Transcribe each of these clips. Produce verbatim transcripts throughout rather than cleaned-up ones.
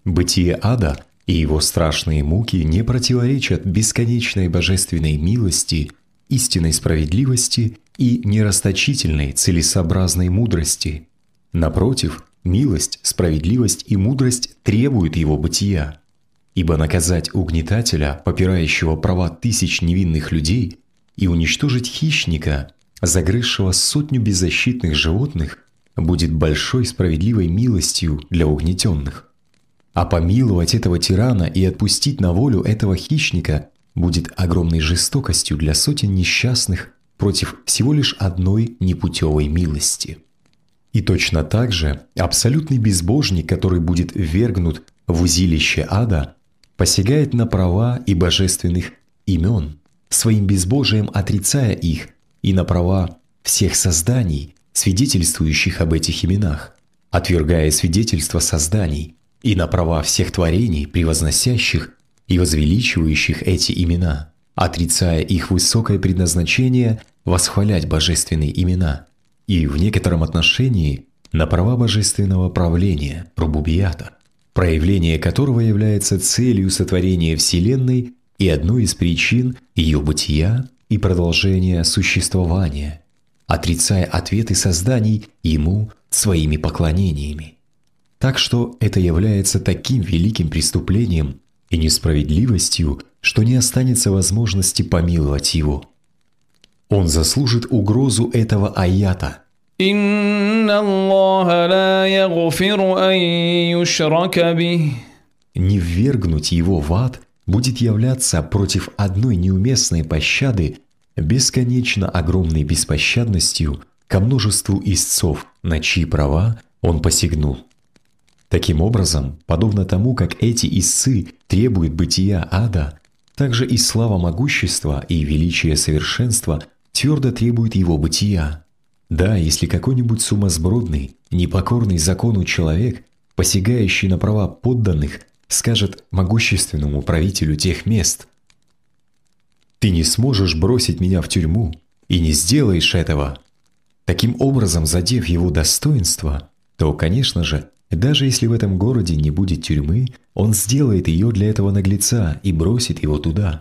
Бытие ада и его страшные муки не противоречат бесконечной божественной милости, истинной справедливости и нерасточительной целесообразной мудрости. Напротив, милость, справедливость и мудрость требуют его бытия. Ибо наказать угнетателя, попирающего права тысяч невинных людей, и уничтожить хищника, загрызшего сотню беззащитных животных, будет большой справедливой милостью для угнетенных. А помиловать этого тирана и отпустить на волю этого хищника будет огромной жестокостью для сотен несчастных против всего лишь одной непутевой милости. И точно так же абсолютный безбожник, который будет ввергнут в узилище ада, посягает на права и божественных имен, своим безбожием отрицая их, и на права всех созданий, свидетельствующих об этих именах, отвергая свидетельство созданий, и на права всех творений, превозносящих и возвеличивающих эти имена, отрицая их высокое предназначение восхвалять божественные имена, и в некотором отношении на права божественного правления, рубубията, проявление которого является целью сотворения Вселенной и одной из причин ее бытия и продолжения существования, отрицая ответы созданий ему своими поклонениями. Так что это является таким великим преступлением и несправедливостью, что не останется возможности помиловать его. Он заслужит угрозу этого аята. «Инна Аллаха ла ягфиру ан юшрака бих». Не ввергнуть его в ад будет являться против одной неуместной пощады бесконечно огромной беспощадностью ко множеству истцов, на чьи права он посягнул. Таким образом, подобно тому, как эти истцы требуют бытия ада, также и слава могущества и величие совершенства твердо требует его бытия. Да, если какой-нибудь сумасбродный, непокорный закону человек, посягающий на права подданных, скажет могущественному правителю тех мест: «Ты не сможешь бросить меня в тюрьму и не сделаешь этого», таким образом задев его достоинство, то, конечно же, даже если в этом городе не будет тюрьмы, он сделает ее для этого наглеца и бросит его туда.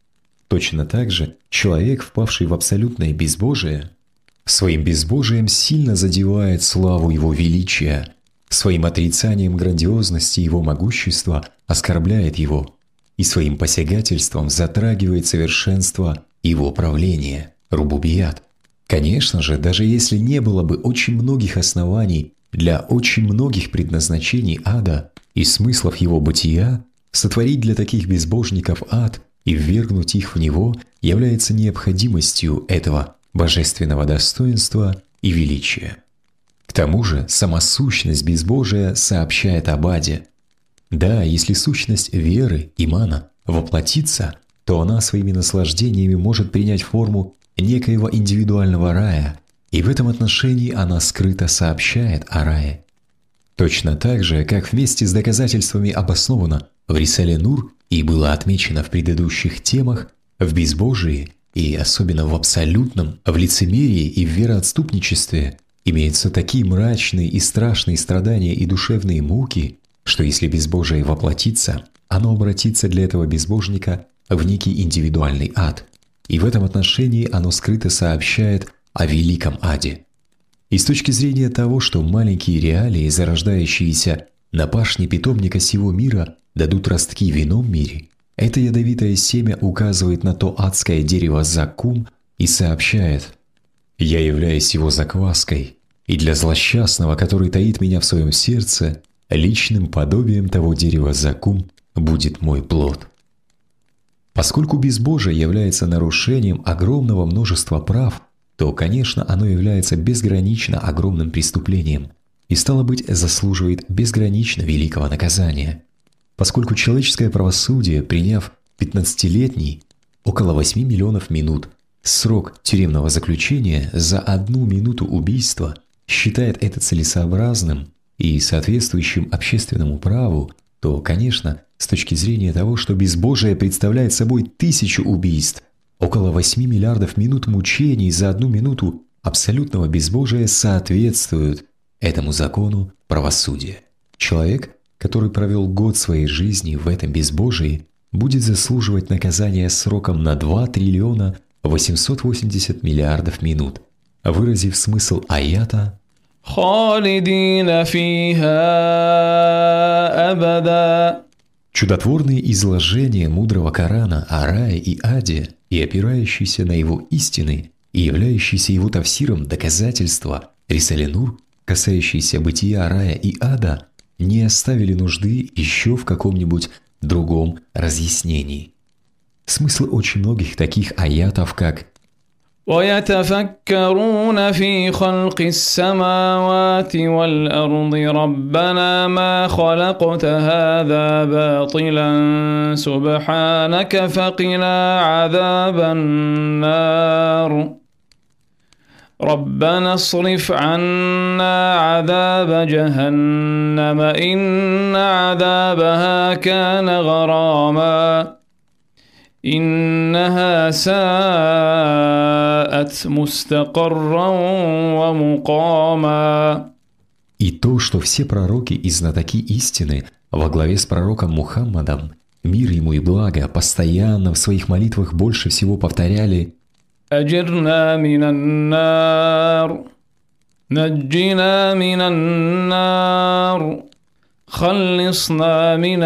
Точно так же человек, впавший в абсолютное безбожие, своим безбожием сильно задевает славу его величия, своим отрицанием грандиозности его могущества оскорбляет его и своим посягательством затрагивает совершенство его правления, рубубият. Конечно же, даже если не было бы очень многих оснований для очень многих предназначений ада и смыслов его бытия, сотворить для таких безбожников ад и ввергнуть их в него является необходимостью этого божественного достоинства и величия. К тому же сама сущность безбожия сообщает об аде. Да, если сущность веры, имана, воплотится, то она своими наслаждениями может принять форму некоего индивидуального рая, и в этом отношении она скрыто сообщает о рае. Точно так же, как вместе с доказательствами обосновано в Рисале Нур и было отмечено в предыдущих темах, в безбожии и особенно в абсолютном, в лицемерии и в вероотступничестве имеются такие мрачные и страшные страдания и душевные муки, что если безбожие воплотится, оно обратится для этого безбожника в некий индивидуальный ад, и в этом отношении оно скрыто сообщает о великом аде. И с точки зрения того, что маленькие реалии, зарождающиеся на пашне питомника сего мира, дадут ростки в ином мире, это ядовитое семя указывает на то адское дерево заккум и сообщает: «Я являюсь его закваской, и для злосчастного, который таит меня в своем сердце, личным подобием того дерева заккум будет мой плод». Поскольку безбожие является нарушением огромного множества прав, то, конечно, оно является безгранично огромным преступлением и, стало быть, заслуживает безгранично великого наказания. Поскольку человеческое правосудие, приняв пятнадцатилетний, около восьми миллионов минут, срок тюремного заключения за одну минуту убийства, считает это целесообразным и соответствующим общественному праву, то, конечно, с точки зрения того, что безбожие представляет собой тысячу убийств, около восьми миллиардов минут мучений за одну минуту абсолютного безбожия соответствуют этому закону правосудия. Человек, который провел год своей жизни в этом безбожии, будет заслуживать наказания сроком на два триллиона восемьсот восемьдесят миллиардов минут, выразив смысл аята خالدين فيها أبدا. Чудотворные изложения мудрого Корана о рае и аде и опирающиеся на его истины и являющиеся его тавсиром доказательства Рисале Нур, касающиеся бытия рая и ада, не оставили нужды еще в каком-нибудь другом разъяснении. Смысл очень многих таких аятов, как ويتفكرون في خلق السماوات والأرض ربنا ما خلقت هذا باطلا سبحانك فقنا عذاب النار ربنا اصرف عنا عذاب جهنم إن عذابها كان غراما إنها ساءت مستقرا ومقاما. И то, что все пророки и знатоки истины во главе с пророком Мухаммадом, мир ему и благо, постоянно в своих молитвах больше всего повторяли أجرنا من النار نجنا من النار خلصنا من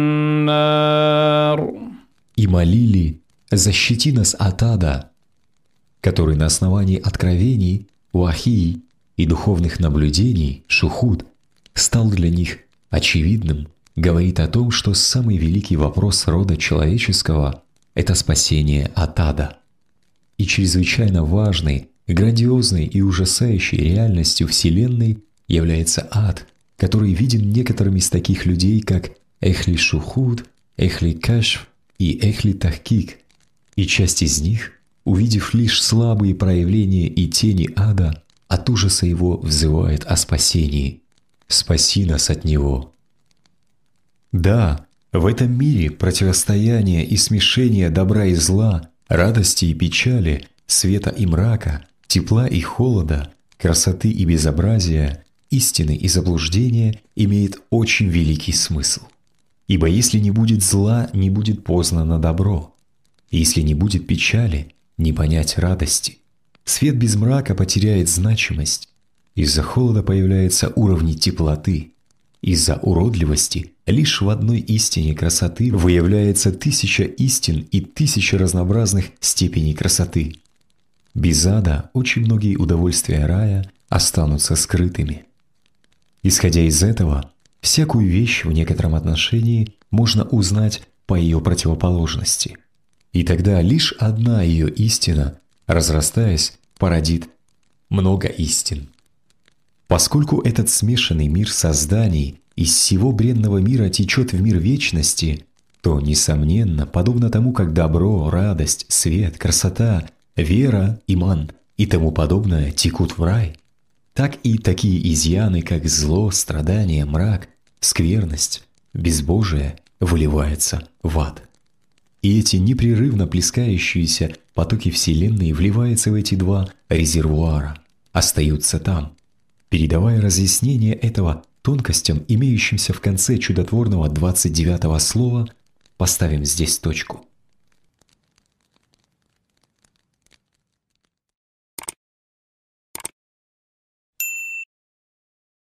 النار и молили «Защити нас от ада», который на основании откровений, вахи и духовных наблюдений, шухуд, стал для них очевидным, говорит о том, что самый великий вопрос рода человеческого – это спасение от ада. И чрезвычайно важной, грандиозной и ужасающей реальностью Вселенной является ад, который виден некоторыми из таких людей, как Эхли Шухуд, Эхли Кашф и Эхли Тахкик, и часть из них, увидев лишь слабые проявления и тени ада, от ужаса его взывает о спасении. «Спаси нас от него». Да, в этом мире противостояние и смешение добра и зла, радости и печали, света и мрака, тепла и холода, красоты и безобразия, истины и заблуждения имеет очень великий смысл. Ибо если не будет зла, не будет познано добро. И если не будет печали, не понять радости. Свет без мрака потеряет значимость. Из-за холода появляются уровни теплоты. Из-за уродливости лишь в одной истине красоты выявляется тысяча истин и тысяча разнообразных степеней красоты. Без ада очень многие удовольствия рая останутся скрытыми. Исходя из этого, всякую вещь в некотором отношении можно узнать по ее противоположности. И тогда лишь одна ее истина, разрастаясь, породит много истин. Поскольку этот смешанный мир созданий из всего бренного мира течет в мир вечности, то, несомненно, подобно тому, как добро, радость, свет, красота, вера, иман и тому подобное текут в рай, так и такие изъяны, как зло, страдание, мрак, скверность, безбожие выливаются в ад. И эти непрерывно плескающиеся потоки Вселенной вливаются в эти два резервуара, остаются там. Передавая разъяснение этого тонкостям, имеющимся в конце чудотворного двадцать девятого слова, поставим здесь точку.